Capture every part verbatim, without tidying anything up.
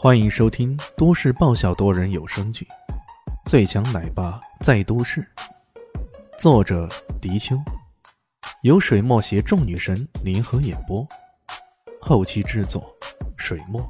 欢迎收听都市爆笑多人有声剧《最强奶爸在都市》，作者：迪秋，由水墨携众女神联合演播，后期制作：水墨。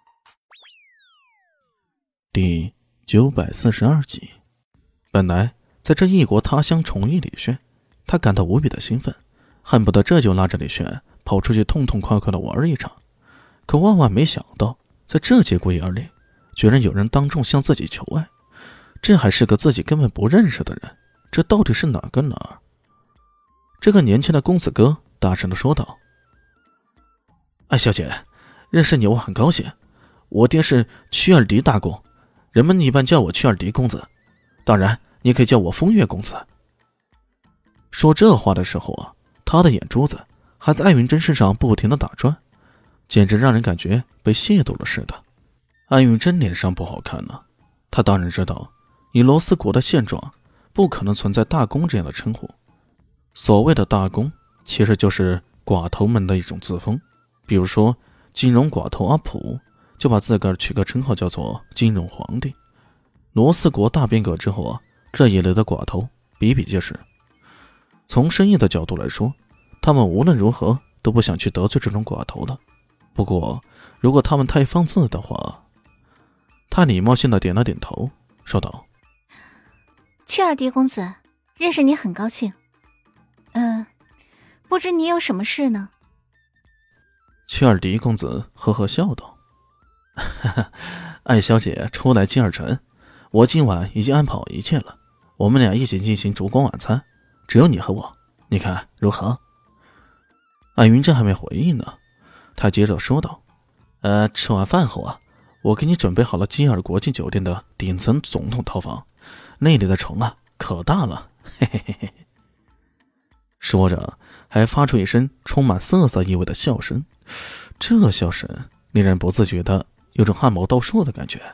第九百四十二集。本来在这异国他乡重遇李轩，他感到无比的兴奋，恨不得这就拉着李轩跑出去痛痛快快的玩一场。可万万没想到，在这节骨眼里，居然有人当众向自己求爱，这还是个自己根本不认识的人，这到底是哪个哪儿？这个年轻的公子哥大声地说道：“艾小姐，认识你我很高兴，我爹是屈尔迪大公，人们一般叫我屈尔迪公子，当然你可以叫我风月公子。”说这话的时候啊，他的眼珠子还在艾云珍身上不停地打转，简直让人感觉被亵渎了似的。艾云珍脸上不好看呢，他当然知道以罗斯国的现状不可能存在大公这样的称呼，所谓的大公其实就是寡头们的一种自封，比如说金融寡头阿普就把自个儿取个称号叫做金融皇帝。罗斯国大变革之后啊，这一类的寡头比比皆是。从生意的角度来说，他们无论如何都不想去得罪这种寡头的。不过如果他们太放肆的话，他礼貌性的点了点头，说道：“ 屈尔迪公子，认识你很高兴。呃，不知你有什么事呢？” 屈尔迪公子呵呵笑道：“哈哈，艾小姐初来金尔城，我今晚已经安排好一切了，我们俩一起进行烛光晚餐，只有你和我，你看如何？”艾云珍还没回应呢，他接着说道：“呃，吃完饭后啊，我给你准备好了金尔国际酒店的顶层总统套房，那里的床啊可大了，嘿嘿嘿嘿。”说着还发出一声充满色色意味的笑声，这笑声令人不自觉的有种汗毛倒竖的感觉。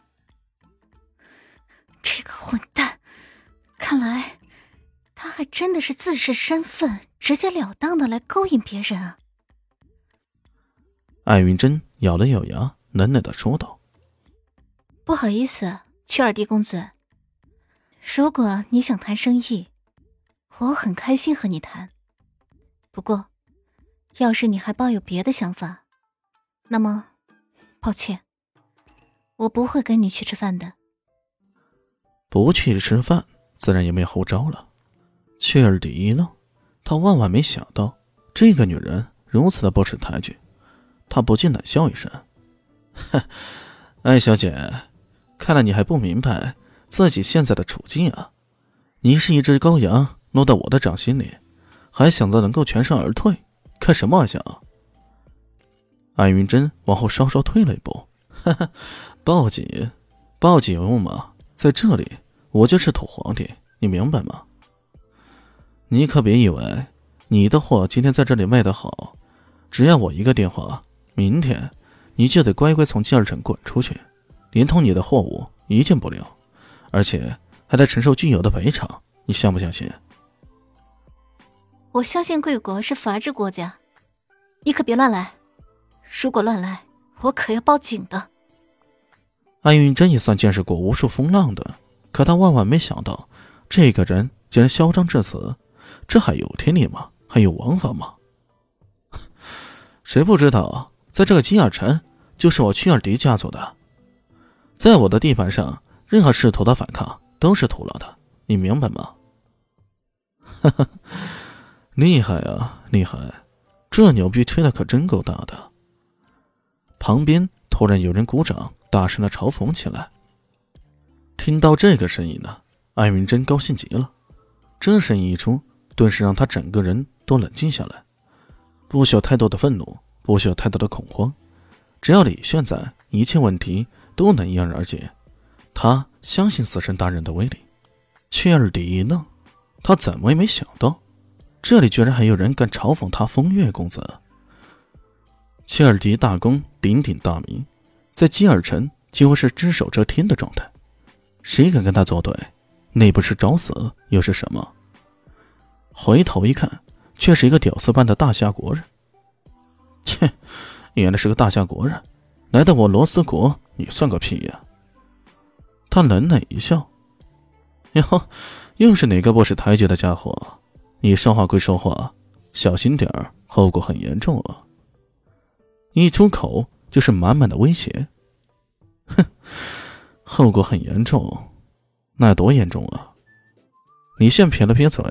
这个混蛋，看来他还真的是自恃身份，直截了当的来勾引别人啊。 艾云珍咬了咬牙，冷冷的说道：“ 不好意思，屈尔迪公子，如果你想谈生意，我很开心和你谈。不过，要是你还抱有别的想法，那么，抱歉，我不会跟你去吃饭的。” 不去吃饭，自然也没后招了。屈尔迪呢？他万万没想到，这个女人如此的不识抬举。他不禁冷笑一声：“哼，艾小姐，看来你还不明白自己现在的处境啊！你是一只羔羊，落到我的掌心里，还想着能够全身而退，开什么玩笑？”艾云珍往后稍稍退了一步：“哈哈，报警，报警用嘛，在这里我就是土皇帝，你明白吗？你可别以为你的货今天在这里卖得好，只要我一个电话，明天你就得乖乖从金尔城滚出去，连同你的货物一件不留，而且还得承受巨额的赔偿，你相不相信？”“ 我相信贵国是法治国家，你可别乱来，如果乱来，我可要报警的。” 艾云珍也算见识过无数风浪的，可他万万没想到，这个人竟然嚣张至此，这还有天理吗？还有王法吗？谁不知道，在这个金尔城就是我屈尔迪家族的，在我的地盘上，任何试图的反抗都是徒劳的，你明白吗？哈哈，厉害啊，厉害！这牛逼吹的可真够大的。旁边突然有人鼓掌，大声的嘲讽起来。听到这个声音呢，艾云珍高兴极了。这声音一出，顿时让他整个人都冷静下来，不需要太多的愤怒，不需要太多的恐慌，只要李炫在，一切问题都能迎刃而解。他相信死神大人的威力。屈尔迪呢？他怎么也没想到，这里居然还有人敢嘲讽他风月公子。屈尔迪大公鼎鼎大名，在金尔城几乎是只手遮天的状态，谁敢跟他作对，那不是找死又是什么？回头一看，却是一个屌丝般的大夏国人。切，原来是个大夏国人， 来到我罗斯国，你算个屁呀！他冷冷一笑，哟，又是哪个不识抬举的家伙？你说话归说话，小心点儿，后果很严重啊！一出口就是满满的威胁。哼，后果很严重，那多严重啊！李炫撇了撇嘴，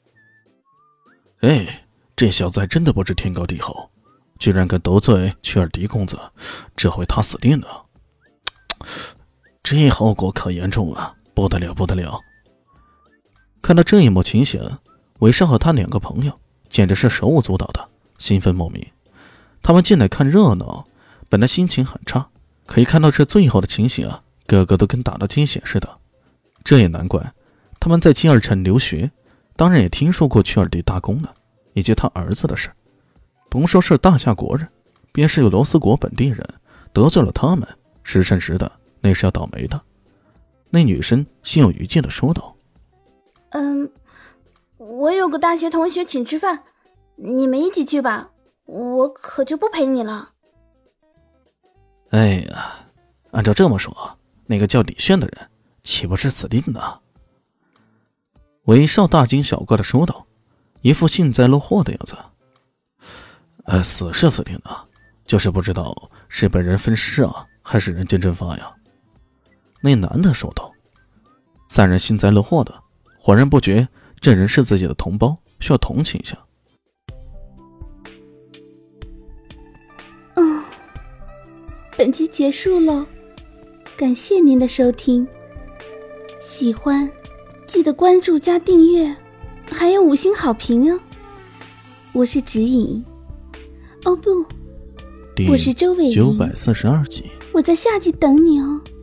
哎，这小子还真的不知天高地厚，居然敢得罪曲尔迪公子，这回他死定了。这后果可严重啊，不得了不得了！看到这一幕情形，韦少和他两个朋友简直是手舞足蹈的，兴奋莫名。他们进来看热闹，本来心情很差，可以看到这最后的情形啊，个个都跟打了鸡血似的。这也难怪，他们在金尔城留学，当然也听说过曲尔迪大公了，以及他儿子的事。甭说是大夏国人，便是有罗斯国本地人得罪了他们，实诚实的那是要倒霉的。那女生心有余悸的说道： 嗯，我有个大学同学请吃饭，你们一起去吧，我可就不陪你了。 哎呀，按照这么说，那个叫李炫的人岂不是死定了？韦少大惊小怪的说道，一副幸灾乐祸的样子。呃，死是死定了，就是不知道是被人分尸啊，还是人间蒸发呀。那男的说道。三人幸灾乐祸的，恍然不觉这人是自己的同胞，需要同情一下。 嗯，本集结束了，感谢您的收听，喜欢记得关注加订阅，还有五星好评哦。我是指引，哦不，我是周伟莹， 九百四十二集， 我在下集等你哦。